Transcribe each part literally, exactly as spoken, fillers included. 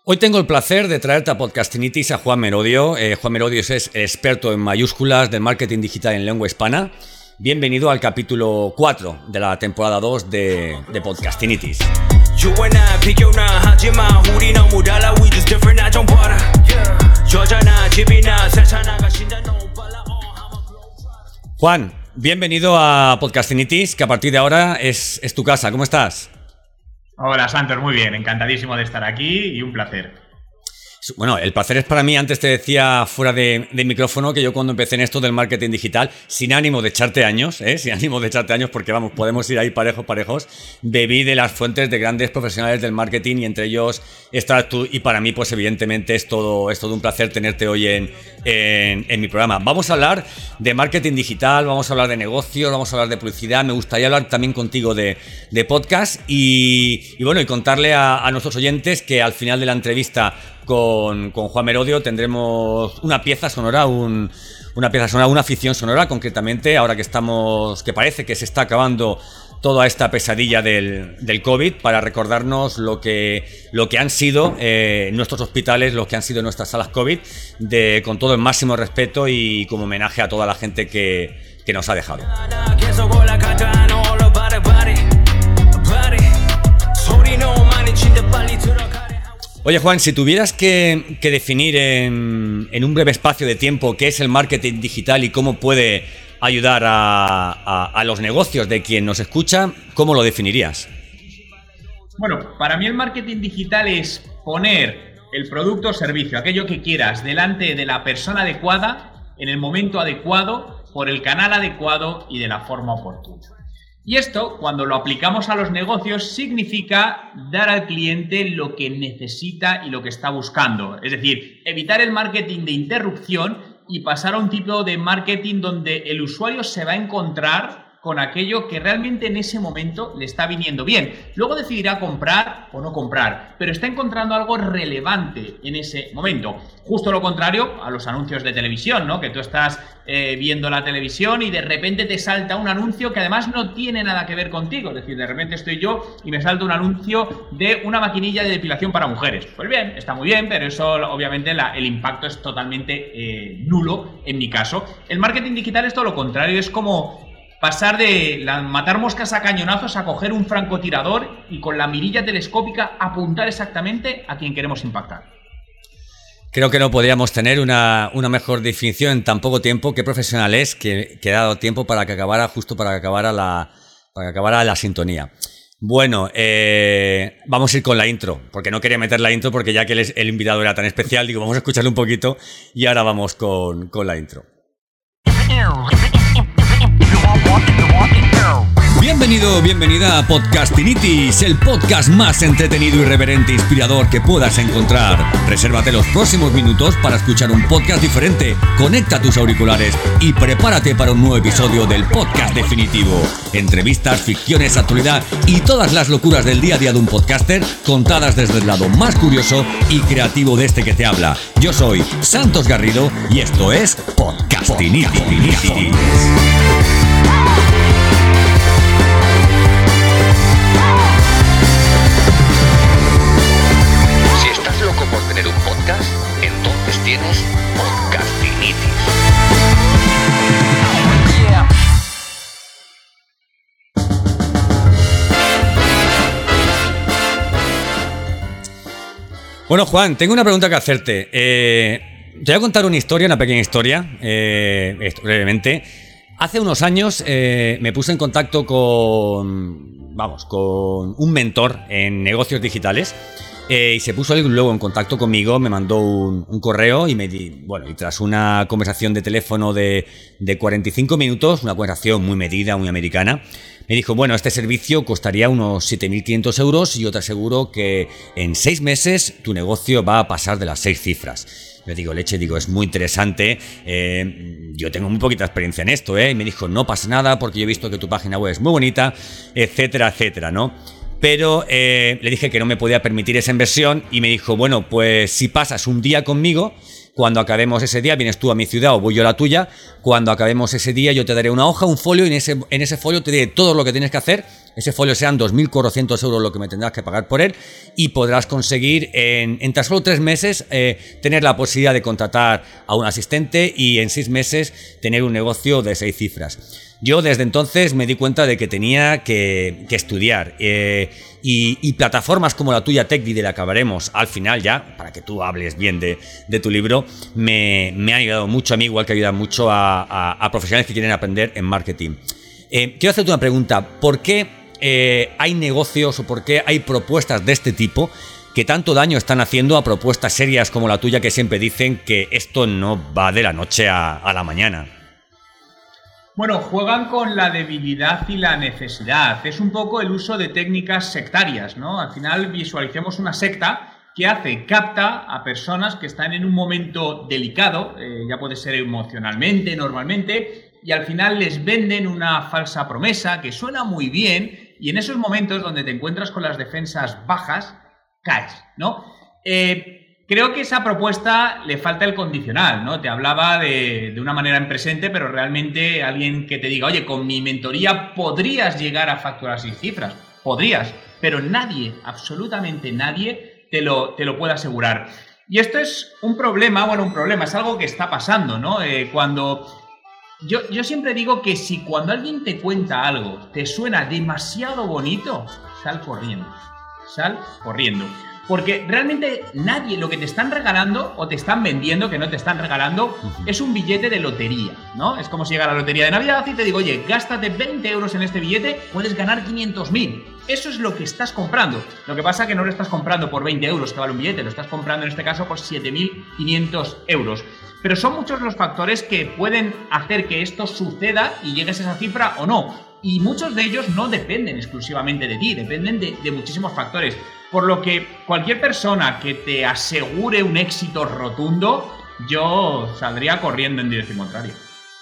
Hoy tengo el placer de traerte a Podcastinitis a Juan Merodio. Eh, Juan Merodio es experto en mayúsculas del marketing digital en lengua hispana. Bienvenido al capítulo cuatro de la temporada dos de, de Podcastinitis. Juan, bienvenido a Podcastinitis, que a partir de ahora es, es tu casa. ¿Cómo estás? Hola, Santos, muy bien, encantadísimo de estar aquí y un placer. Bueno, el placer es para mí. Antes te decía fuera de, de micrófono que yo cuando empecé en esto del marketing digital, sin ánimo de echarte años, ¿eh? sin ánimo de echarte años, porque vamos, podemos ir ahí parejos, parejos, bebí de las fuentes de grandes profesionales del marketing y entre ellos estás tú, y para mí pues evidentemente es todo, es todo un placer tenerte hoy en, en, en mi programa. Vamos a hablar de marketing digital, vamos a hablar de negocios, vamos a hablar de publicidad. Me gustaría hablar también contigo de, de podcast y, y bueno, y contarle a, a nuestros oyentes que al final de la entrevista Con, con Juan Merodio tendremos una pieza sonora, un, una pieza sonora, una ficción sonora, concretamente, ahora que estamos, que parece que se está acabando toda esta pesadilla del, del COVID, para recordarnos lo que, lo que han sido eh, nuestros hospitales, lo que han sido nuestras salas COVID, de, con todo el máximo respeto y como homenaje a toda la gente que, que nos ha dejado. Oye, Juan, si tuvieras que, que definir en, en un breve espacio de tiempo qué es el marketing digital y cómo puede ayudar a, a, a los negocios de quien nos escucha, ¿cómo lo definirías? Bueno, para mí el marketing digital es poner el producto o servicio, aquello que quieras, delante de la persona adecuada, en el momento adecuado, por el canal adecuado y de la forma oportuna. Y esto, cuando lo aplicamos a los negocios, significa dar al cliente lo que necesita y lo que está buscando. Es decir, evitar el marketing de interrupción y pasar a un tipo de marketing donde el usuario se va a encontrar con aquello que realmente en ese momento le está viniendo bien. Luego decidirá comprar o no comprar, pero está encontrando algo relevante en ese momento. Justo lo contrario a los anuncios de televisión, ¿no? Que tú estás eh, viendo la televisión y de repente te salta un anuncio que además no tiene nada que ver contigo. Es decir, de repente estoy yo y me salta un anuncio de una maquinilla de depilación para mujeres. Pues bien, está muy bien, pero eso obviamente la, el impacto es totalmente eh, nulo en mi caso. El marketing digital es todo lo contrario, es como pasar de la, matar moscas a cañonazos a coger un francotirador y con la mirilla telescópica apuntar exactamente a quien queremos impactar. Creo que no podríamos tener una, una mejor definición en tan poco tiempo. Qué profesional es que, que ha dado tiempo para que acabara, justo para que acabara la, para que acabara la sintonía. Bueno, eh, vamos a ir con la intro, porque no quería meter la intro porque ya que el, el invitado era tan especial, digo, vamos a escucharle un poquito y ahora vamos con, con la intro. Bienvenido, bienvenida a Podcastinitis, el podcast más entretenido, irreverente e inspirador que puedas encontrar. Resérvate los próximos minutos para escuchar un podcast diferente. Conecta tus auriculares y prepárate para un nuevo episodio del podcast definitivo. Entrevistas, ficciones, actualidad y todas las locuras del día a día de un podcaster, contadas desde el lado más curioso y creativo de este que te habla. Yo soy Santos Garrido y esto es Podcastinitis. Por tener un podcast, entonces tienes Podcastinitis. Yeah. Bueno, Juan, tengo una pregunta que hacerte. Eh, te voy a contar una historia, una pequeña historia, eh, esto, brevemente. Hace unos años eh, me puse en contacto con, vamos, con un mentor en negocios digitales. Eh, y se puso luego en contacto conmigo, me mandó un, un correo y me di, bueno, y tras una conversación de teléfono de, de cuarenta y cinco minutos, una conversación muy medida, muy americana, me dijo, bueno, este servicio costaría unos siete mil quinientos euros y yo te aseguro que en seis meses tu negocio va a pasar de las seis cifras. Le digo, leche, digo, es muy interesante, eh, yo tengo muy poquita experiencia en esto, ¿eh? Y me dijo, no pasa nada porque yo he visto que tu página web es muy bonita, etcétera, etcétera, ¿no? Pero eh, le dije que no me podía permitir esa inversión y me dijo, bueno, pues si pasas un día conmigo, cuando acabemos ese día, vienes tú a mi ciudad o voy yo a la tuya, cuando acabemos ese día yo te daré una hoja, un folio y en ese, en ese folio te diré todo lo que tienes que hacer ese folio sean dos mil cuatrocientos euros lo que me tendrás que pagar por él, y podrás conseguir en, en tan solo tres meses eh, tener la posibilidad de contratar a un asistente y en seis meses tener un negocio de seis cifras. Yo desde entonces me di cuenta de que tenía que, que estudiar eh, y, y plataformas como la tuya, TechDi, de la que hablaremos al final ya, para que tú hables bien de, de tu libro, me, me ha ayudado mucho a mí, igual que ayuda mucho a, a, a profesionales que quieren aprender en marketing. Eh, quiero hacerte una pregunta, ¿por qué eh, hay negocios o por qué hay propuestas de este tipo que tanto daño están haciendo a propuestas serias como la tuya, que siempre dicen que esto no va de la noche a, a la mañana? Bueno, juegan con la debilidad y la necesidad. Es un poco el uso de técnicas sectarias, ¿no? Al final visualicemos una secta que hace, capta a personas que están en un momento delicado, eh, ya puede ser emocionalmente, normalmente, y al final les venden una falsa promesa que suena muy bien, y en esos momentos donde te encuentras con las defensas bajas, caes, ¿no? Eh... Creo que esa propuesta le falta el condicional, ¿no? Te hablaba de, de una manera en presente, pero realmente alguien que te diga, oye, con mi mentoría podrías llegar a facturar seis cifras. Podrías, pero nadie, absolutamente nadie, te lo, te lo puede asegurar. Y esto es un problema, bueno, un problema, es algo que está pasando, ¿no? Eh, cuando... Yo, yo siempre digo que si cuando alguien te cuenta algo te suena demasiado bonito, sal corriendo, sal corriendo. Porque realmente nadie, lo que te están regalando o te están vendiendo, que no te están regalando, es un billete de lotería, ¿no? Es como si llega la lotería de Navidad y te digo, oye, gástate veinte euros en este billete, puedes ganar quinientos mil. Eso es lo que estás comprando. Lo que pasa es que no lo estás comprando por veinte euros que vale un billete, lo estás comprando en este caso por siete mil quinientos euros. Pero son muchos los factores que pueden hacer que esto suceda y llegues a esa cifra o no. Y muchos de ellos no dependen exclusivamente de ti, dependen de, de muchísimos factores. Por lo que cualquier persona que te asegure un éxito rotundo, yo saldría corriendo en dirección contraria.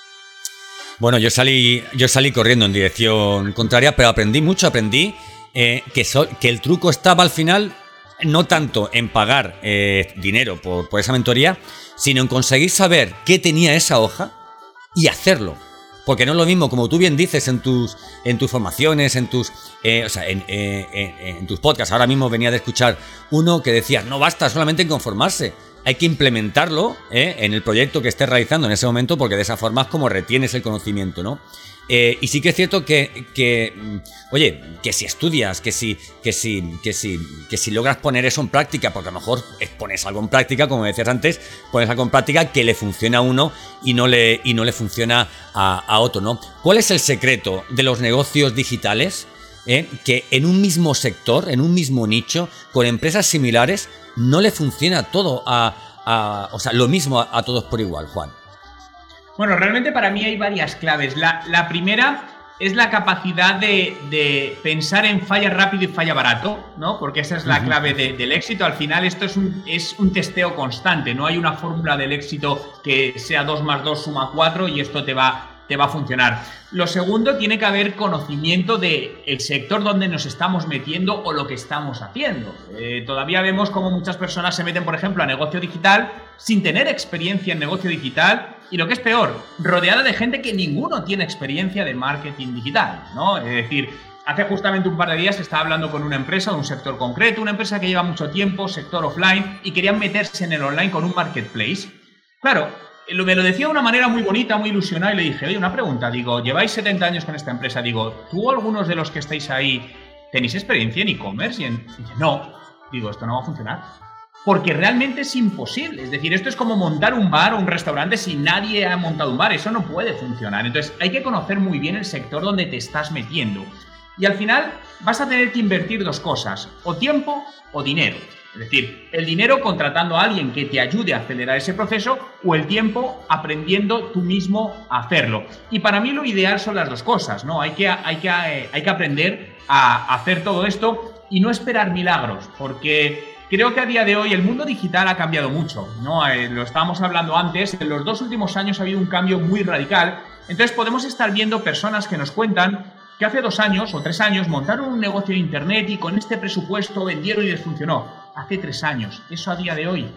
Bueno, yo salí, yo salí corriendo en dirección contraria, pero aprendí mucho, aprendí eh, que, so, que el truco estaba al final no tanto en pagar eh, dinero por, por esa mentoría, sino en conseguir saber qué tenía esa hoja y hacerlo. Porque no es lo mismo, como tú bien dices en tus, en tus formaciones, en tus, eh, o sea, en, eh, en, en tus podcasts. Ahora mismo venía de escuchar uno que decía, no basta solamente en conformarse, hay que implementarlo eh, en el proyecto que estés realizando en ese momento, porque de esa forma es como retienes el conocimiento, ¿no? Eh, y sí que es cierto que, que, oye, que si estudias, que si, que, si, que, si, que si logras poner eso en práctica, porque a lo mejor pones algo en práctica, como decías antes, pones algo en práctica que le funciona a uno y no le, y no le funciona a, a otro, ¿no? ¿Cuál es el secreto de los negocios digitales? Eh, que en un mismo sector, en un mismo nicho, con empresas similares, no le funciona todo a, a o sea, lo mismo a, a todos por igual, Juan. Bueno, realmente para mí hay varias claves. La, la primera es la capacidad de, de pensar en falla rápido y falla barato, ¿no? Porque esa es la clave de, del éxito. Al final esto es un, es un testeo constante. No hay una fórmula del éxito que sea dos más dos suma cuatro y esto te va, te va a funcionar. Lo segundo, tiene que haber conocimiento del sector donde nos estamos metiendo o lo que estamos haciendo. Eh, todavía vemos cómo muchas personas se meten, por ejemplo, a negocio digital sin tener experiencia en negocio digital y, lo que es peor, rodeada de gente que ninguno tiene experiencia de marketing digital, ¿no? Es decir, hace justamente un par de días estaba hablando con una empresa de un sector concreto, una empresa que lleva mucho tiempo, sector offline, y querían meterse en el online con un marketplace. Claro, me lo decía de una manera muy bonita, muy ilusionada, y le dije, oye, una pregunta, digo, lleváis setenta años con esta empresa, digo, ¿tú algunos de los que estáis ahí tenéis experiencia en e-commerce? Y en... dice, no, digo, esto no va a funcionar, porque realmente es imposible. Es decir, esto es como montar un bar o un restaurante si nadie ha montado un bar, eso no puede funcionar. Entonces hay que conocer muy bien el sector donde te estás metiendo, y al final vas a tener que invertir dos cosas, o tiempo o dinero. Es decir, el dinero contratando a alguien que te ayude a acelerar ese proceso, o el tiempo aprendiendo tú mismo a hacerlo. Y para mí lo ideal son las dos cosas, ¿no? Hay que, hay que, eh, hay que aprender a hacer todo esto y no esperar milagros, porque creo que a día de hoy el mundo digital ha cambiado mucho, ¿no? Eh, lo estábamos hablando antes, en los dos últimos años ha habido un cambio muy radical. Entonces podemos estar viendo personas que nos cuentan que hace dos años o tres años montaron un negocio de internet y con este presupuesto vendieron y les funcionó. Hace tres años. Eso a día de hoy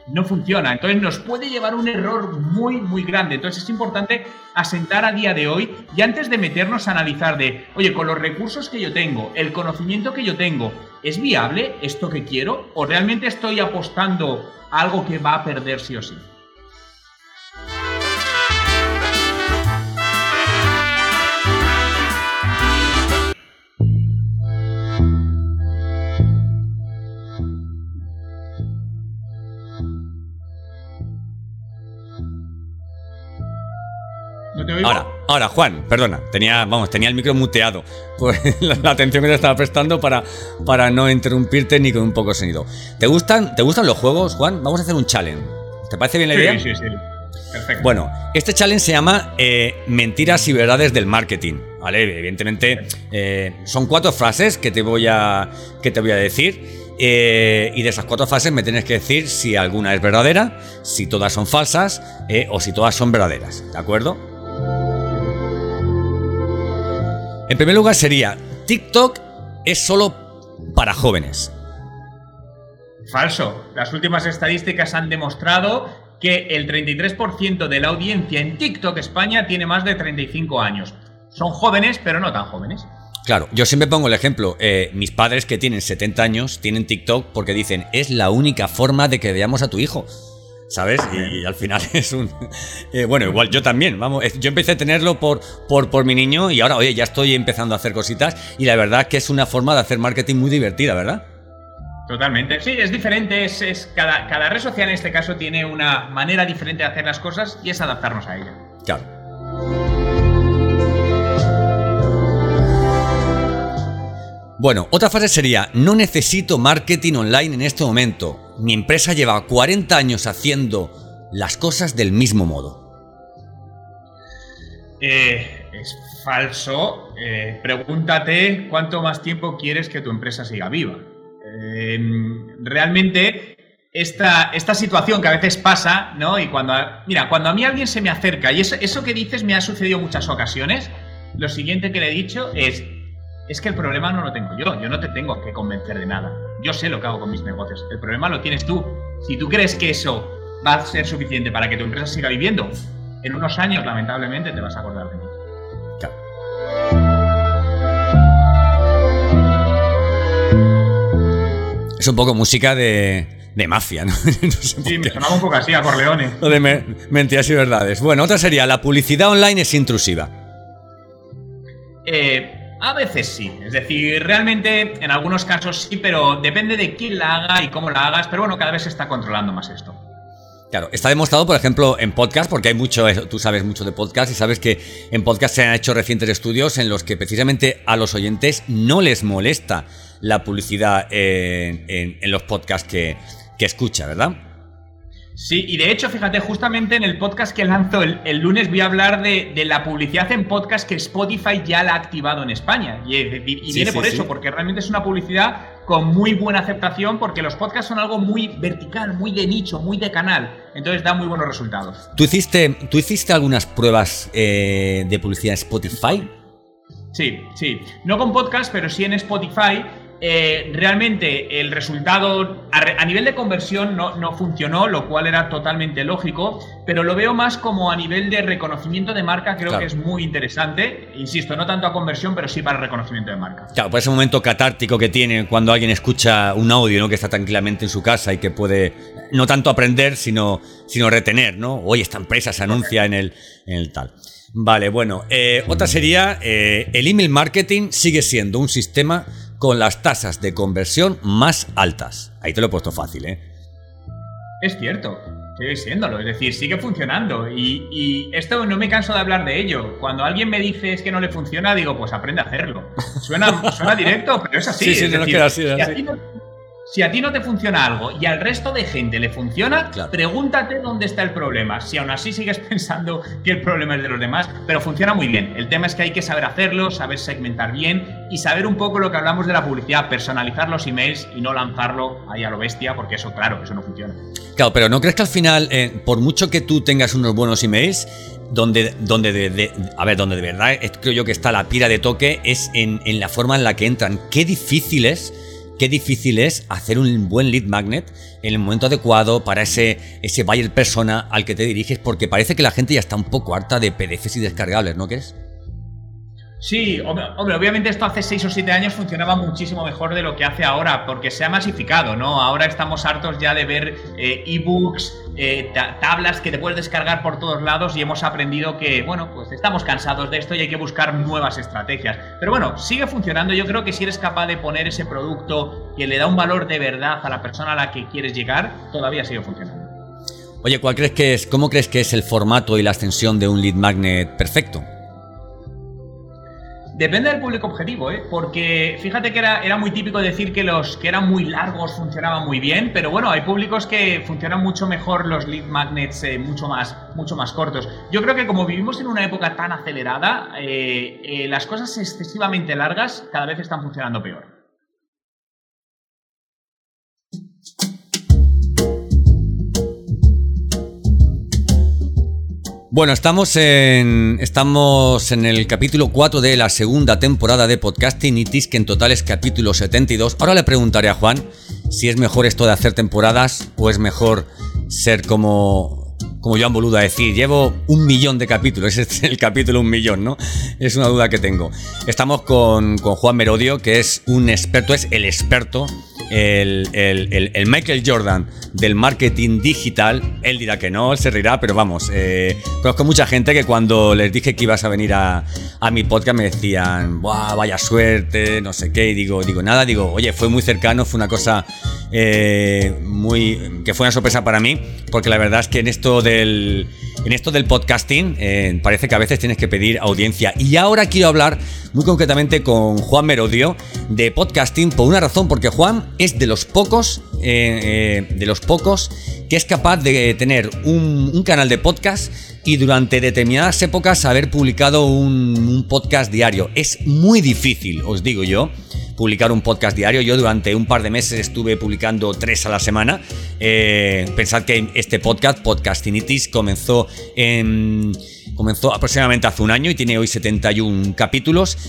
no funciona. Entonces nos puede llevar un error muy, muy grande. Entonces es importante asentar a día de hoy y antes de meternos a analizar de, oye, con los recursos que yo tengo, el conocimiento que yo tengo, ¿es viable esto que quiero? ¿O realmente estoy apostando a algo que va a perder sí o sí? Ahora, ahora, Juan, perdona, tenía, vamos, tenía el micro muteado por la, la atención que te estaba prestando para, para no interrumpirte ni con un poco de sonido. ¿Te gustan, ¿Te gustan los juegos, Juan? Vamos a hacer un challenge. ¿Te parece bien la sí, idea? Sí, sí, sí. Perfecto. Bueno, este challenge se llama eh, Mentiras y verdades del marketing, ¿vale? Evidentemente, eh, son cuatro frases que te voy a, que te voy a decir. Eh, y de esas cuatro frases me tienes que decir si alguna es verdadera, si todas son falsas eh, o si todas son verdaderas, ¿de acuerdo? En primer lugar sería, TikTok es solo para jóvenes. Falso. Las últimas estadísticas han demostrado que el treinta y tres por ciento de la audiencia en TikTok España tiene más de treinta y cinco años. Son jóvenes, pero no tan jóvenes. Claro, yo siempre pongo el ejemplo, eh, mis padres que tienen setenta años tienen TikTok porque dicen, es la única forma de que veamos a tu hijo, ¿sabes? Y, y al final es un... Eh, bueno, igual yo también, vamos, yo empecé a tenerlo por, por, por mi niño y ahora, oye, ya estoy empezando a hacer cositas y la verdad que es una forma de hacer marketing muy divertida, ¿verdad? Totalmente, sí, es diferente, es, es cada, cada red social en este caso tiene una manera diferente de hacer las cosas y es adaptarnos a ella. Claro. Bueno, otra frase sería, no necesito marketing online en este momento. Mi empresa lleva cuarenta años haciendo las cosas del mismo modo. Eh, es falso. Eh, pregúntate cuánto más tiempo quieres que tu empresa siga viva. Eh, realmente esta, esta situación que a veces pasa, ¿no? Y cuando, mira, cuando a mí alguien se me acerca, y eso, eso que dices me ha sucedido en muchas ocasiones, lo siguiente que le he dicho es... Es que el problema no lo tengo yo, yo no te tengo que convencer de nada. Yo sé lo que hago con mis negocios, el problema lo tienes tú. Si tú crees que eso va a ser suficiente para que tu empresa siga viviendo, en unos años, lamentablemente, te vas a acordar de mí. Claro. Es un poco música de, de mafia, ¿no? No sé sí, me sonaba un poco así, a Corleone. Lo de me, mentiras y verdades. Bueno, otra sería, la publicidad online es intrusiva. Eh... A veces sí, es decir, realmente en algunos casos sí, pero depende de quién la haga y cómo la hagas, pero bueno, cada vez se está controlando más esto. Claro, está demostrado, por ejemplo, en podcast, porque hay mucho, tú sabes mucho de podcast y sabes que en podcast se han hecho recientes estudios en los que precisamente a los oyentes no les molesta la publicidad en, en, en los podcasts que, que escucha, ¿verdad? Sí, y de hecho, fíjate, justamente en el podcast que lanzo el, el lunes voy a hablar de, de la publicidad en podcast que Spotify ya la ha activado en España. Y, y, y sí, viene sí, por sí. eso, porque realmente es una publicidad con muy buena aceptación, porque los podcasts son algo muy vertical, muy de nicho, muy de canal. Entonces da muy buenos resultados. ¿Tú hiciste, ¿tú hiciste algunas pruebas eh, de publicidad en Spotify? Sí, sí. No con podcast, pero sí en Spotify. Eh, realmente el resultado a, a nivel de conversión no, no funcionó, lo cual era totalmente lógico, pero lo veo más como a nivel de reconocimiento de marca, creo claro. que es muy interesante, insisto, no tanto a conversión, pero sí para reconocimiento de marca. Claro, por ese momento catártico que tiene cuando alguien escucha un audio, ¿no? Que está tranquilamente en su casa y que puede no tanto aprender, sino, sino retener, ¿no? Oye, esta empresa se anuncia en el, en el tal. Vale, bueno, eh, otra sería, eh, el email marketing sigue siendo un sistema con las tasas de conversión más altas. Ahí te lo he puesto fácil, ¿eh? Es cierto, sigue siéndolo, es decir, sigue funcionando y, y esto no me canso de hablar de ello. Cuando alguien me dice es que no le funciona, digo, pues aprende a hacerlo. Suena, suena directo, pero es así. Sí, sí, es no decir, queda así, si, así. a ti no, si a ti no te funciona algo y al resto de gente le funciona, claro. Pregúntate dónde está el problema. Si aún así sigues pensando que el problema es de los demás, pero funciona muy bien. El tema es que hay que saber hacerlo, saber segmentar bien y saber un poco lo que hablamos de la publicidad, personalizar los emails y no lanzarlo ahí a lo bestia, porque eso, claro, eso no funciona. Claro, pero ¿no crees que al final, eh, por mucho que tú tengas unos buenos emails, donde, donde de, de, a ver, donde de verdad es, creo yo que está la pira de toque es en, en la forma en la que entran? Qué difícil es qué difícil es hacer un buen lead magnet en el momento adecuado para ese, ese buyer persona al que te diriges, porque parece que la gente ya está un poco harta de P D Fs y descargables, ¿no crees? Sí, hombre, hombre, obviamente esto hace seis o siete años funcionaba muchísimo mejor de lo que hace ahora, porque se ha masificado, ¿no? Ahora estamos hartos ya de ver eh, ebooks, eh, ta tablas que te puedes descargar por todos lados y hemos aprendido que, bueno, pues estamos cansados de esto y hay que buscar nuevas estrategias. Pero bueno, sigue funcionando. Yo creo que si eres capaz de poner ese producto que le da un valor de verdad a la persona a la que quieres llegar, todavía sigue funcionando. Oye, ¿cuál crees que es, cómo crees que es el formato y la extensión de un lead magnet perfecto? Depende del público objetivo, ¿eh? Porque fíjate que era, era muy típico decir que los que eran muy largos funcionaban muy bien, pero bueno, hay públicos que funcionan mucho mejor los lead magnets eh, mucho, más, mucho más cortos. Yo creo que como vivimos en una época tan acelerada, eh, eh, las cosas excesivamente largas cada vez están funcionando peor. Bueno, estamos en, estamos en el capítulo cuatro de la segunda temporada de Podcastinitis, que en total es capítulo setenta y dos. Ahora le preguntaré a Juan si es mejor esto de hacer temporadas o es mejor ser como, como Joan Boluda, a decir, llevo un millón de capítulos, es el capítulo un millón, ¿no? Es una duda que tengo. Estamos con, con Juan Merodio, que es un experto, es el experto, el, el, el, el Michael Jordan del marketing digital. Él dirá que no, él se reirá, pero vamos, eh, conozco mucha gente que cuando les dije que ibas a venir a, a mi podcast me decían, ¡buah, vaya suerte! No sé qué, y digo, digo nada, digo, oye, fue muy cercano, fue una cosa eh, muy, que fue una sorpresa para mí, porque la verdad es que en esto del, en esto del podcasting eh, parece que a veces tienes que pedir audiencia. Y ahora quiero hablar muy concretamente con Juan Merodio de podcasting por una razón, porque Juan es de los pocos, eh, eh, de los pocos que es capaz de tener un, un canal de podcast y durante determinadas épocas haber publicado un, un podcast diario. Es muy difícil, os digo yo, publicar un podcast diario. Yo durante un par de meses estuve publicando tres a la semana. Eh, pensad que este podcast, Podcastinitis, comenzó en... Comenzó aproximadamente hace un año y tiene hoy setenta y uno capítulos,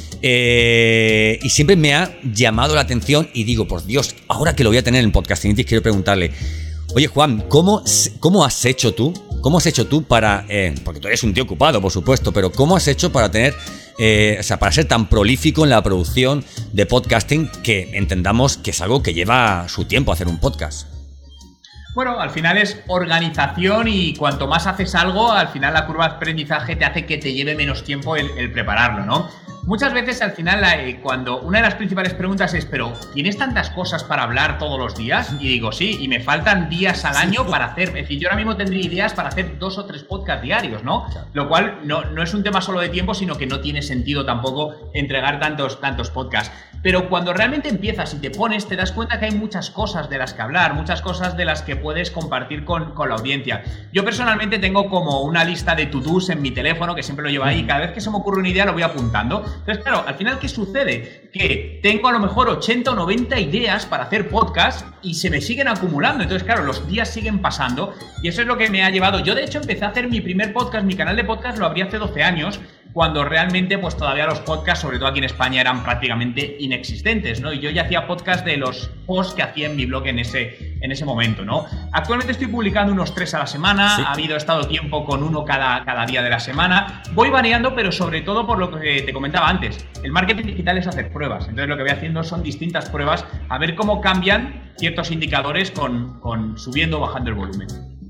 eh, y siempre me ha llamado la atención y digo, por Dios, ahora que lo voy a tener en Podcastinitis, quiero preguntarle, oye Juan, ¿cómo, cómo has hecho tú? ¿Cómo has hecho tú para, eh, porque tú eres un tío ocupado, por supuesto, pero ¿cómo has hecho para tener, eh, o sea, para ser tan prolífico en la producción de podcasting, que entendamos que es algo que lleva su tiempo hacer un podcast? Bueno, al final es organización y cuanto más haces algo, al final la curva de aprendizaje te hace que te lleve menos tiempo el, el prepararlo, ¿no? Muchas veces al final eh, cuando una de las principales preguntas es, pero ¿tienes tantas cosas para hablar todos los días? Y digo, sí, y me faltan días al año para hacer, es decir, yo ahora mismo tendría ideas para hacer dos o tres podcasts diarios, ¿no? Lo cual no, no es un tema solo de tiempo, sino que no tiene sentido tampoco entregar tantos, tantos podcasts. Pero cuando realmente empiezas y te pones, te das cuenta que hay muchas cosas de las que hablar, muchas cosas de las que puedes compartir con, con la audiencia. Yo personalmente tengo como una lista de to-dos en mi teléfono, que siempre lo llevo ahí, y cada vez que se me ocurre una idea lo voy apuntando. Entonces, claro, al final, ¿qué sucede? Que tengo a lo mejor ochenta o noventa ideas para hacer podcast y se me siguen acumulando. Entonces, claro, los días siguen pasando y eso es lo que me ha llevado. Yo, de hecho, empecé a hacer mi primer podcast, mi canal de podcast lo abrí hace doce años, cuando realmente pues todavía los podcasts, sobre todo aquí en España, eran prácticamente inexistentes, ¿no? Y yo ya hacía podcast de los posts que hacía en mi blog en ese, en ese momento, ¿no? Actualmente estoy publicando unos tres a la semana, sí. Ha habido estado tiempo con uno cada, cada día de la semana. Voy variando, pero sobre todo por lo que te comentaba antes. El marketing digital es hacer pruebas. Entonces lo que voy haciendo son distintas pruebas a ver cómo cambian ciertos indicadores con, con subiendo o bajando el volumen.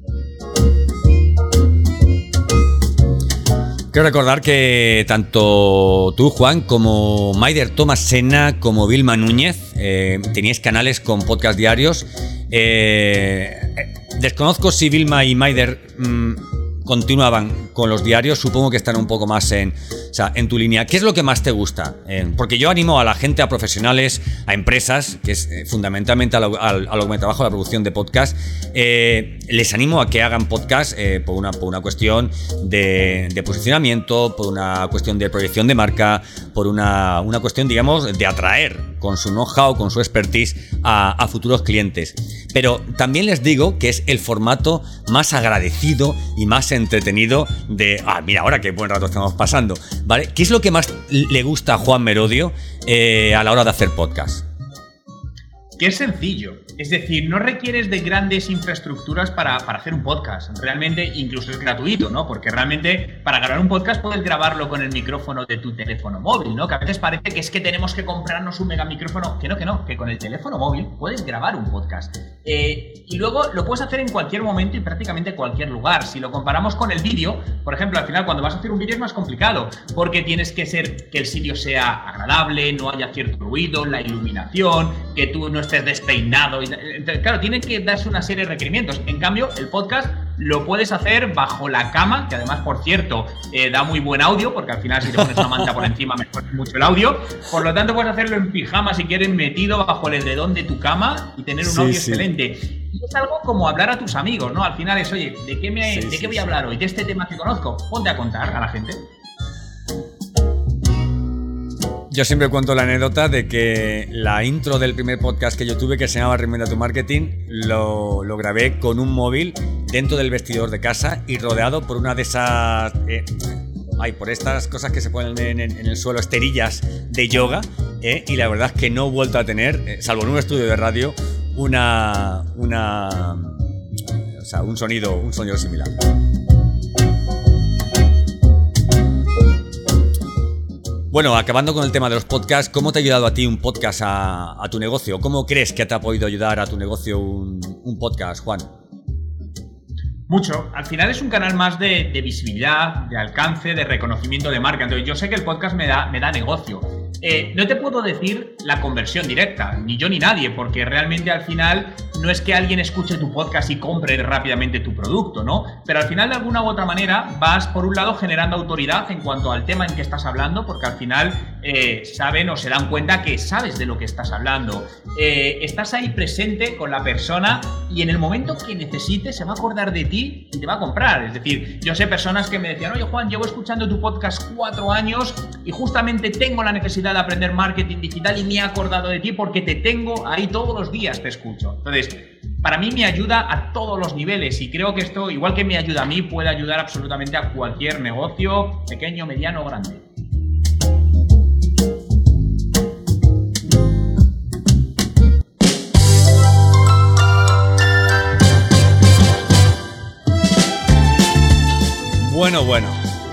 Quiero recordar que tanto tú, Juan, como Maider Tomasena, como Vilma Núñez, eh, teníais canales con podcast diarios. Eh, desconozco si Vilma y Maider mmm, continuaban con los diarios, supongo que están un poco más en, o sea, en tu línea. ¿Qué es lo que más te gusta? Eh, porque yo animo a la gente, a profesionales, a empresas, que es eh, fundamentalmente a lo, a, a lo que me trabajo, la producción de podcast, eh, les animo a que hagan podcast eh, por, una, por una cuestión de, de posicionamiento, por una cuestión de proyección de marca, por una, una cuestión, digamos, de atraer con su know-how, con su expertise a, a futuros clientes. Pero también les digo que es el formato más agradecido y más entretenido de... Ah, mira, ahora qué buen rato estamos pasando, ¿vale? ¿Qué es lo que más le gusta a Juan Merodio eh, a la hora de hacer podcast? que es sencillo. Es decir, no requieres de grandes infraestructuras para, para hacer un podcast. Realmente incluso es gratuito, ¿no? Porque realmente para grabar un podcast puedes grabarlo con el micrófono de tu teléfono móvil, ¿no? Que a veces parece que es que tenemos que comprarnos un mega micrófono. Que no, que no, que con el teléfono móvil puedes grabar un podcast. Eh, y luego lo puedes hacer en cualquier momento y prácticamente cualquier lugar. Si lo comparamos con el vídeo, por ejemplo, al final cuando vas a hacer un vídeo es más complicado porque tienes que ser que el sitio sea agradable, no haya cierto ruido, la iluminación, que tú no estés despeinado. Entonces, claro, tienen que darse una serie de requerimientos. En cambio, el podcast lo puedes hacer bajo la cama, que además, por cierto, eh, da muy buen audio, porque al final si te pones una manta por encima mejora mucho el audio. Por lo tanto, puedes hacerlo en pijama si quieres, metido bajo el edredón de tu cama y tener un sí, audio sí. excelente. Y es algo como hablar a tus amigos, ¿no? Al final es, oye, ¿de qué, me, sí, ¿de qué sí, voy a hablar hoy? ¿De este tema que conozco? Ponte a contar a la gente. Yo siempre cuento la anécdota de que la intro del primer podcast que yo tuve, que se llamaba Reinventa tu Marketing, lo, lo grabé con un móvil dentro del vestidor de casa y rodeado por una de esas... Eh, ay, por estas cosas que se ponen en, en, en el suelo, esterillas de yoga, eh, y la verdad es que no he vuelto a tener, eh, salvo en un estudio de radio, una... una o sea, un sonido, un sonido similar. Bueno, acabando con el tema de los podcasts, ¿cómo te ha ayudado a ti un podcast a, a tu negocio? ¿Cómo crees que te ha podido ayudar a tu negocio un, un podcast, Juan? Mucho. Al final es un canal más de, de visibilidad, de alcance, de reconocimiento de marca. Entonces yo sé que el podcast me da, me da negocio. Eh, no te puedo decir la conversión directa, ni yo ni nadie, porque realmente al final no es que alguien escuche tu podcast y compre rápidamente tu producto, ¿no? Pero al final de alguna u otra manera vas por un lado generando autoridad en cuanto al tema en que estás hablando, porque al final eh, saben o se dan cuenta que sabes de lo que estás hablando. Eh, estás ahí presente con la persona y en el momento que necesites se va a acordar de ti y te va a comprar. Es decir, yo sé personas que me decían, oye Juan, llevo escuchando tu podcast cuatro años y justamente tengo la necesidad de aprender marketing digital y me he acordado de ti porque te tengo ahí todos los días, te escucho. Entonces, para mí me ayuda a todos los niveles y creo que esto, igual que me ayuda a mí, puede ayudar absolutamente a cualquier negocio, pequeño, mediano o grande. Bueno, bueno.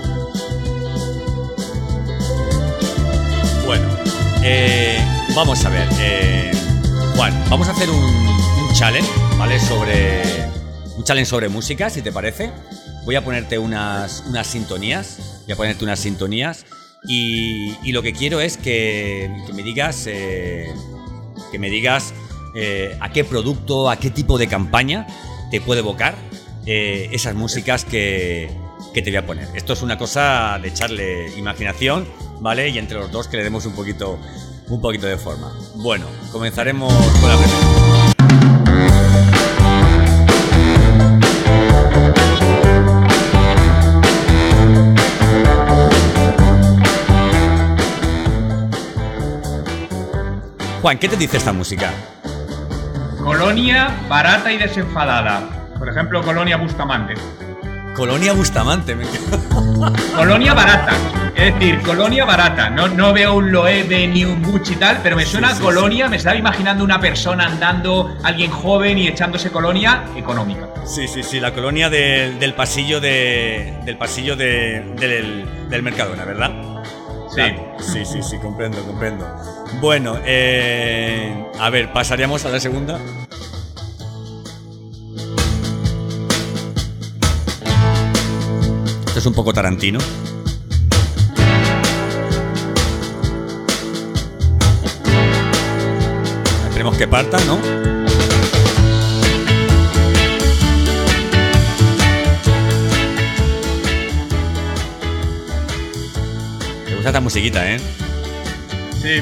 Bueno, eh, vamos a ver, eh, Juan, vamos a hacer un, un challenge, ¿vale? Sobre un challenge sobre música, si te parece. Voy a ponerte unas, unas sintonías, voy a ponerte unas sintonías y, y lo que quiero es que, que me digas, eh, que me digas eh, a qué producto, a qué tipo de campaña te puede evocar eh, esas músicas que, que te voy a poner. Esto es una cosa de echarle imaginación, ¿vale? Y entre los dos que le demos un poquito, un poquito de forma. Bueno, comenzaremos con la primera. Juan, ¿qué te dice esta música? Colonia barata y desenfadada. Por ejemplo, Colonia Bustamante. Colonia Bustamante, me Colonia barata, es decir, Colonia barata. No, no veo un Loewe ni un Gucci y tal, pero me suena sí, sí, Colonia, sí. Me estaba imaginando una persona andando, alguien joven y echándose Colonia económica. Sí, sí, sí, la colonia de, del pasillo de, del pasillo de, del, del Mercadona, ¿verdad? Sí. Ah, sí, sí, sí, comprendo, comprendo. Bueno, eh, a ver, pasaríamos a la segunda. Esto es un poco Tarantino. Esperemos que parta, ¿no? Te gusta esta musiquita, ¿eh? Sí.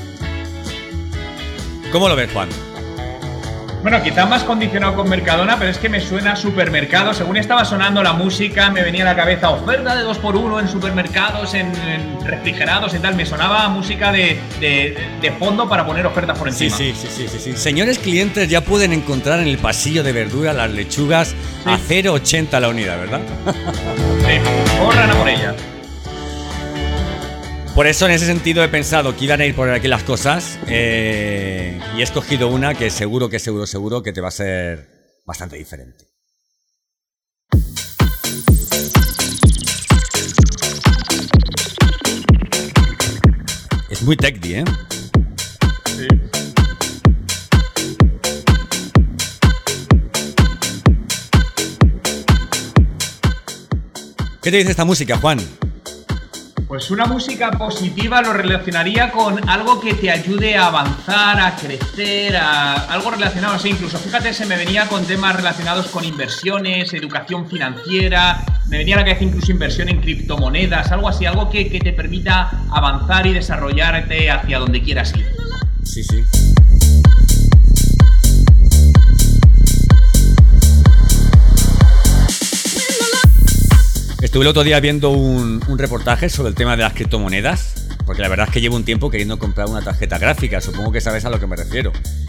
¿Cómo lo ves, Juan? Bueno, quizá más condicionado con Mercadona, pero es que me suena a supermercado. Según estaba sonando la música, me venía a la cabeza oferta de dos por uno en supermercados, en, en refrigerados y tal. Me sonaba música de, de, de fondo para poner ofertas por encima. Sí, sí, sí, sí, sí. Señores clientes, ya pueden encontrar en el pasillo de verdura las lechugas sí. a cero coma ochenta la unidad, ¿verdad? Sí, corran a por ellas. Por eso, en ese sentido, he pensado que iban a ir por aquí las cosas eh, y he escogido una que seguro, que seguro, seguro que te va a ser bastante diferente. Es muy techy, ¿eh? Sí. ¿Qué te dice esta música, Juan? Pues una música positiva lo relacionaría con algo que te ayude a avanzar, a crecer, a algo relacionado así. Incluso, fíjate, se me venía con temas relacionados con inversiones, educación financiera, me venía a la cabeza incluso inversión en criptomonedas, algo así, algo que, que te permita avanzar y desarrollarte hacia donde quieras ir. Sí, sí. Estuve el otro día viendo un, un reportaje sobre el tema de las criptomonedas, porque la verdad es que llevo un tiempo queriendo comprar una tarjeta gráfica, supongo que sabes a lo que me refiero.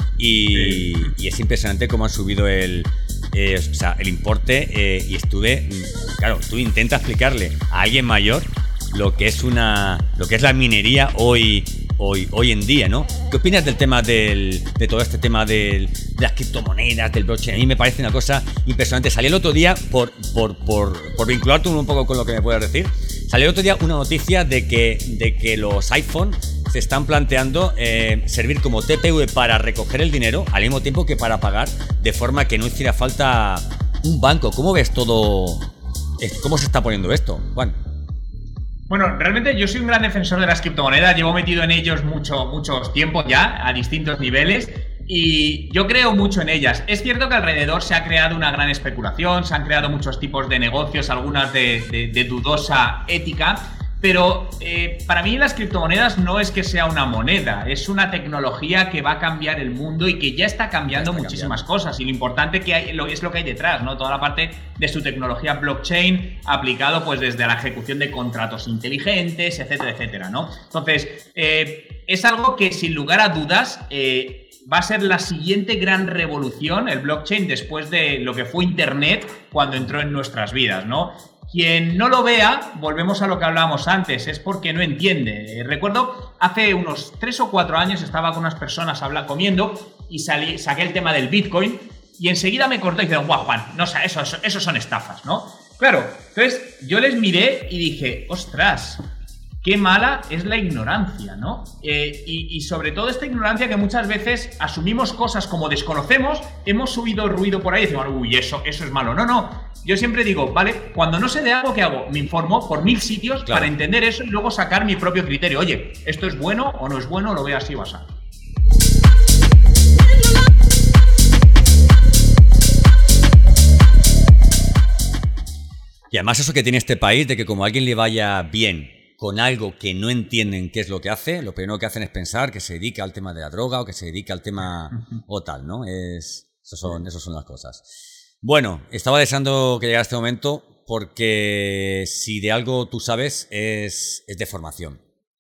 Y, sí. y es impresionante cómo han subido el, eh, o sea, el importe eh, y estuve, claro, tú intentas explicarle a alguien mayor lo que es una, lo que es la minería hoy, hoy, hoy en día, ¿no? ¿Qué opinas del tema del, de todo este tema del, de las criptomonedas, del blockchain? A mí me parece una cosa impresionante. Salí el otro día, por, por, por, por vincularte un poco con lo que me puedas decir, salió el otro día una noticia de que, de que los iPhone se están planteando eh, servir como T P V para recoger el dinero al mismo tiempo que para pagar, de forma que no hiciera falta un banco. ¿Cómo ves todo? ¿Cómo se está poniendo esto, Juan? Bueno, realmente yo soy un gran defensor de las criptomonedas, llevo metido en ellos mucho, muchos tiempos ya, a distintos niveles, y yo creo mucho en ellas. Es cierto que alrededor se ha creado una gran especulación, se han creado muchos tipos de negocios, algunas de, de, de dudosa ética, pero eh, para mí las criptomonedas no es que sea una moneda, es una tecnología que va a cambiar el mundo y que ya está cambiando ya está muchísimas cambiando. cosas, y lo importante que hay, lo, es lo que hay detrás, ¿no? Toda la parte de su tecnología blockchain aplicado pues desde la ejecución de contratos inteligentes, etcétera, etcétera, ¿no? Entonces, eh, es algo que sin lugar a dudas eh, va a ser la siguiente gran revolución, el blockchain, después de lo que fue Internet cuando entró en nuestras vidas, ¿no? Quien no lo vea, volvemos a lo que hablábamos antes, es porque no entiende. Recuerdo, hace unos tres o cuatro años estaba con unas personas habla, comiendo y salí, saqué el tema del Bitcoin y enseguida me cortó y dijeron, guau, Juan, no, eso, eso, eso son estafas, ¿no? Claro, entonces yo les miré y dije, ostras, qué mala es la ignorancia, ¿no? Eh, y, y sobre todo esta ignorancia que muchas veces asumimos cosas como desconocemos, hemos subido ruido por ahí y decimos, uy, eso, eso es malo. No, no. Yo siempre digo, vale, cuando no sé de algo, ¿qué hago? Me informo por mil sitios claro. para entender eso y luego sacar mi propio criterio. Oye, ¿esto es bueno o no es bueno? Lo veo así o así. Y además eso que tiene este país, de que como a alguien le vaya bien con algo que no entienden qué es lo que hace, lo primero que hacen es pensar que se dedica al tema de la droga o que se dedica al tema uh-huh. o tal, ¿no? Es, eso son, esas son las cosas. Bueno, estaba deseando que llegara este momento porque si de algo tú sabes es, es de formación.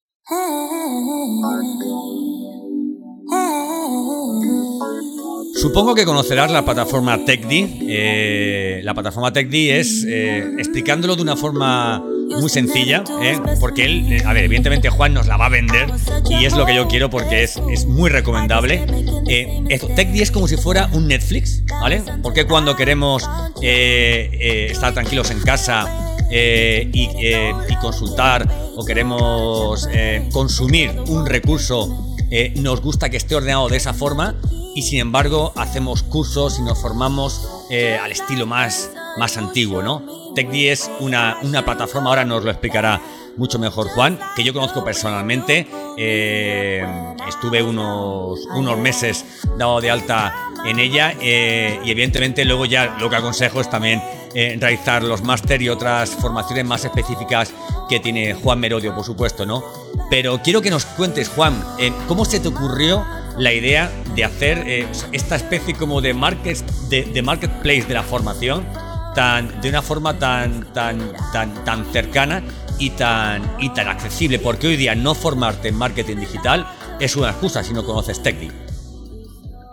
Supongo que conocerás la plataforma TechD. Eh, la plataforma TechD es, eh, explicándolo de una forma muy sencilla, ¿eh? porque él, eh, a ver, evidentemente Juan nos la va a vender y es lo que yo quiero porque es, es muy recomendable. Eh, esto, TechD es como si fuera un Netflix, ¿vale? Porque cuando queremos eh, eh, estar tranquilos en casa eh, y, eh, y consultar o queremos eh, consumir un recurso, eh, nos gusta que esté ordenado de esa forma. Y sin embargo hacemos cursos y nos formamos eh, al estilo más, más antiguo, ¿no? TechD es una, una plataforma, ahora nos lo explicará mucho mejor Juan, que yo conozco personalmente. Eh, estuve unos, unos meses dado de alta en ella eh, y evidentemente luego ya lo que aconsejo es también eh, realizar los máster y otras formaciones más específicas que tiene Juan Merodio, por supuesto, ¿no? Pero quiero que nos cuentes, Juan, eh, ¿cómo se te ocurrió la idea de hacer eh, esta especie como de, market, de, de marketplace de la formación tan, de una forma tan, tan, tan, tan cercana y tan, y tan accesible? Porque hoy día no formarte en marketing digital es una excusa si no conoces TechD.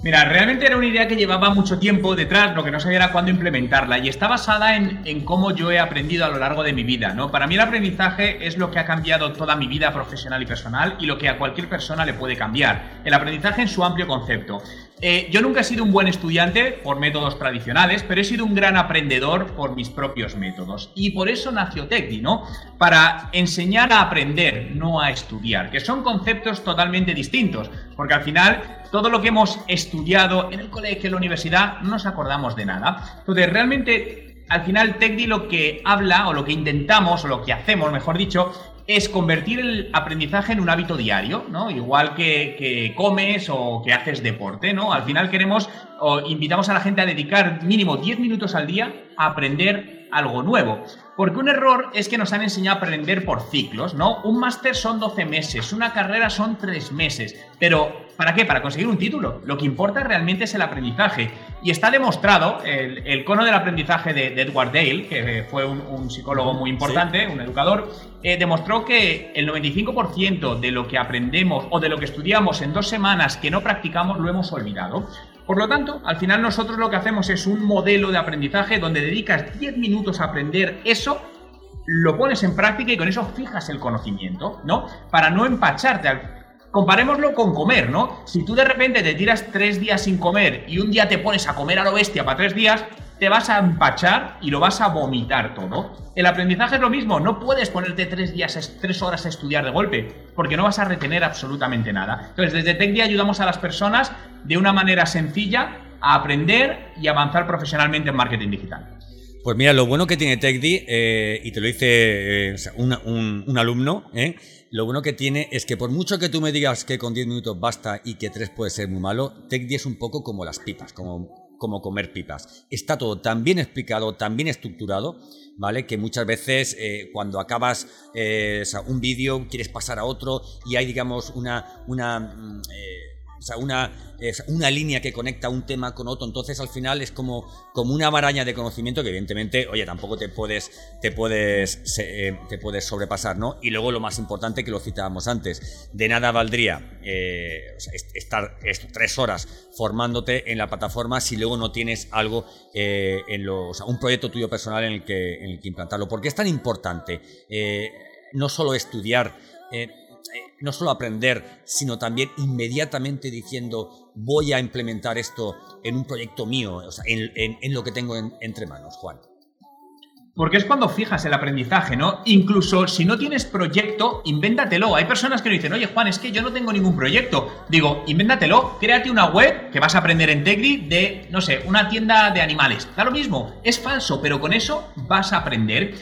Mira, realmente era una idea que llevaba mucho tiempo detrás, lo que no sabía era cuándo implementarla, y está basada en, en cómo yo he aprendido a lo largo de mi vida, ¿no? Para mí el aprendizaje es lo que ha cambiado toda mi vida profesional y personal y lo que a cualquier persona le puede cambiar. El aprendizaje en su amplio concepto. Eh, yo nunca he sido un buen estudiante por métodos tradicionales, pero he sido un gran aprendedor por mis propios métodos. Y por eso nació TechDi, ¿no? Para enseñar a aprender, no a estudiar, que son conceptos totalmente distintos, porque al final todo lo que hemos estudiado en el colegio, en la universidad, no nos acordamos de nada. Entonces, realmente, al final, TechDi lo que habla, o lo que intentamos, o lo que hacemos, mejor dicho, es convertir el aprendizaje en un hábito diario, ¿no? Igual que, que comes o que haces deporte, ¿no? Al final queremos, o invitamos a la gente a dedicar mínimo diez minutos al día a aprender algo nuevo. Porque un error es que nos han enseñado a aprender por ciclos, ¿no? Un máster son doce meses, una carrera son tres meses. Pero, ¿para qué? Para conseguir un título. Lo que importa realmente es el aprendizaje. Y está demostrado, el, el cono del aprendizaje de, de Edward Dale, que fue un, un psicólogo muy importante, sí. un educador, eh, demostró que el noventa y cinco por ciento de lo que aprendemos o de lo que estudiamos en dos semanas que no practicamos lo hemos olvidado. Por lo tanto, al final nosotros lo que hacemos es un modelo de aprendizaje donde dedicas diez minutos a aprender eso, lo pones en práctica y con eso fijas el conocimiento, ¿no? Para no empacharte. Comparémoslo con comer, ¿no? Si tú de repente te tiras tres días sin comer y un día te pones a comer a lo bestia para tres días, te vas a empachar y lo vas a vomitar todo. El aprendizaje es lo mismo, no puedes ponerte tres días, tres horas a estudiar de golpe, porque no vas a retener absolutamente nada. Entonces, desde TechDi ayudamos a las personas de una manera sencilla a aprender y avanzar profesionalmente en marketing digital. Pues mira, lo bueno que tiene TechDi, eh, y te lo dice eh, un, un, un alumno, eh, lo bueno que tiene es que por mucho que tú me digas que con diez minutos basta y que tres puede ser muy malo, TechDi es un poco como las pipas, como... como comer pipas. Está todo tan bien explicado, tan bien estructurado, ¿vale? Que muchas veces eh, cuando acabas eh, o sea, un vídeo quieres pasar a otro y hay, digamos, una... una eh, O sea, una, eh, una línea que conecta un tema con otro. Entonces, al final es como, como una maraña de conocimiento que, evidentemente, oye, tampoco te puedes, te puedes, se, eh, te puedes sobrepasar, ¿no? Y luego lo más importante, que lo citábamos antes, de nada valdría eh, o sea, estar tres horas formándote en la plataforma si luego no tienes algo, eh, en lo, o sea, un proyecto tuyo personal en el que, en el que implantarlo. ¿Por qué es tan importante eh, no solo estudiar, eh, no solo aprender, sino también inmediatamente diciendo voy a implementar esto en un proyecto mío, o sea, en, en, en lo que tengo en, entre manos, Juan? Porque es cuando fijas el aprendizaje, ¿no? Incluso si no tienes proyecto, invéntatelo. Hay personas que nos dicen, oye, Juan, es que yo no tengo ningún proyecto. Digo, invéntatelo, créate una web que vas a aprender en TechDi de, no sé, una tienda de animales. Da lo mismo, es falso, pero con eso vas a aprender.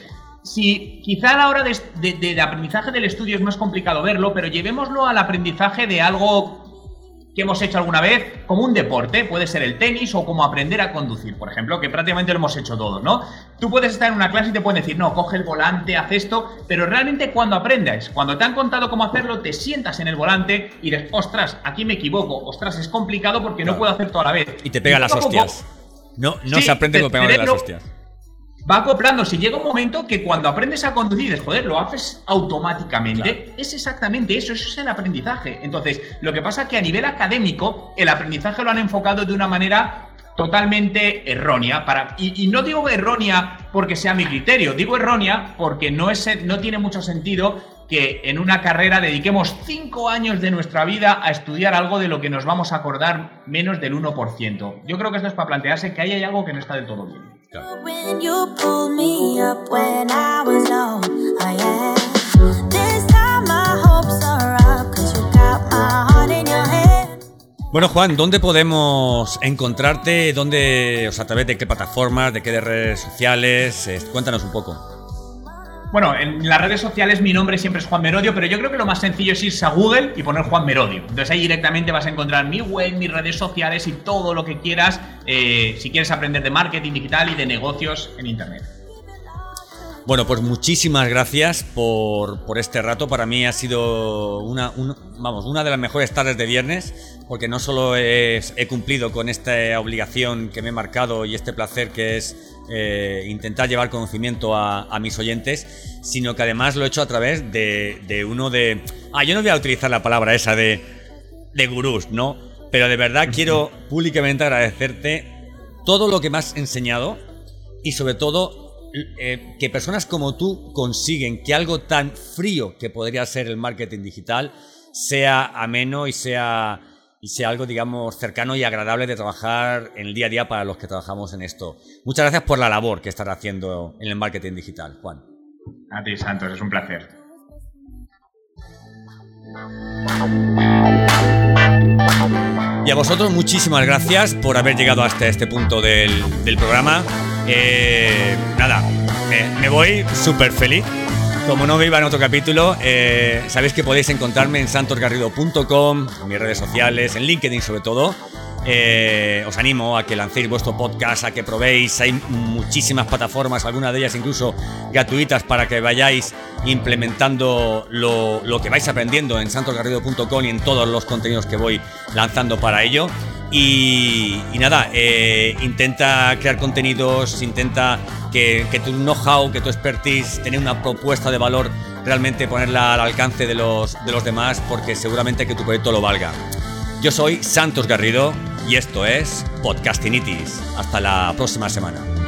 Si quizá a la hora de, de, de aprendizaje del estudio es más complicado verlo, pero llevémoslo al aprendizaje de algo que hemos hecho alguna vez, como un deporte, puede ser el tenis o como aprender a conducir, por ejemplo, que prácticamente lo hemos hecho todos, ¿no? Tú puedes estar en una clase y te pueden decir, no, coge el volante, haz esto, pero realmente cuando aprendes, cuando te han contado cómo hacerlo, te sientas en el volante y dices, ostras, aquí me equivoco, ostras, es complicado porque no puedo hacer todo a la vez. Y te pega las hostias. No, no sí, se aprende con pegarle las hostias. Va acoplando. Si llega un momento que cuando aprendes a conducir, dices, joder, lo haces automáticamente. Claro. Es exactamente eso, eso es el aprendizaje. Entonces, lo que pasa es que a nivel académico, el aprendizaje lo han enfocado de una manera totalmente errónea. Para, y, y no digo errónea porque sea mi criterio, digo errónea porque no, es, no tiene mucho sentido que en una carrera dediquemos cinco años de nuestra vida a estudiar algo de lo que nos vamos a acordar menos del uno por ciento. Yo creo que esto es para plantearse que ahí hay algo que no está del todo bien. Claro. Bueno, Juan, ¿dónde podemos encontrarte? ¿Dónde, o sea, a través de qué plataformas, de qué redes sociales? Eh, cuéntanos un poco. Bueno, en las redes sociales mi nombre siempre es Juan Merodio, pero yo creo que lo más sencillo es irse a Google y poner Juan Merodio. Entonces ahí directamente vas a encontrar mi web, mis redes sociales y todo lo que quieras eh, si quieres aprender de marketing digital y de negocios en Internet. Bueno, pues muchísimas gracias por, por este rato. Para mí ha sido una, un, vamos, una de las mejores tardes de viernes, porque no solo es, he cumplido con esta obligación que me he marcado y este placer que es eh, intentar llevar conocimiento a, a mis oyentes, sino que además lo he hecho a través de, de uno de... Ah, yo no voy a utilizar la palabra esa de, de gurús, ¿no? pero de verdad quiero públicamente agradecerte todo lo que me has enseñado y sobre todo eh, que personas como tú consiguen que algo tan frío que podría ser el marketing digital sea ameno y sea, y sea algo, digamos, cercano y agradable de trabajar en el día a día para los que trabajamos en esto. Muchas gracias por la labor que estás haciendo en el marketing digital, Juan. A ti, Santos, es un placer. Y a vosotros muchísimas gracias por haber llegado hasta este punto del, del programa. Eh, nada, me, me voy súper feliz. Como no me iba en otro capítulo, eh, sabéis que podéis encontrarme en santos garrido punto com, en mis redes sociales, en LinkedIn sobre todo. Eh, os animo a que lancéis vuestro podcast, a que probéis. Hay muchísimas plataformas, algunas de ellas incluso gratuitas, para que vayáis implementando lo, lo que vais aprendiendo en santos garrido punto com y en todos los contenidos que voy lanzando para ello. Y, y nada, eh, intenta crear contenidos, intenta que, que tu know-how, que tu expertise, tener una propuesta de valor, realmente ponerla al alcance de los, de los demás, porque seguramente que tu proyecto lo valga. Yo soy Santos Garrido y esto es Podcastinitis. Hasta la próxima semana.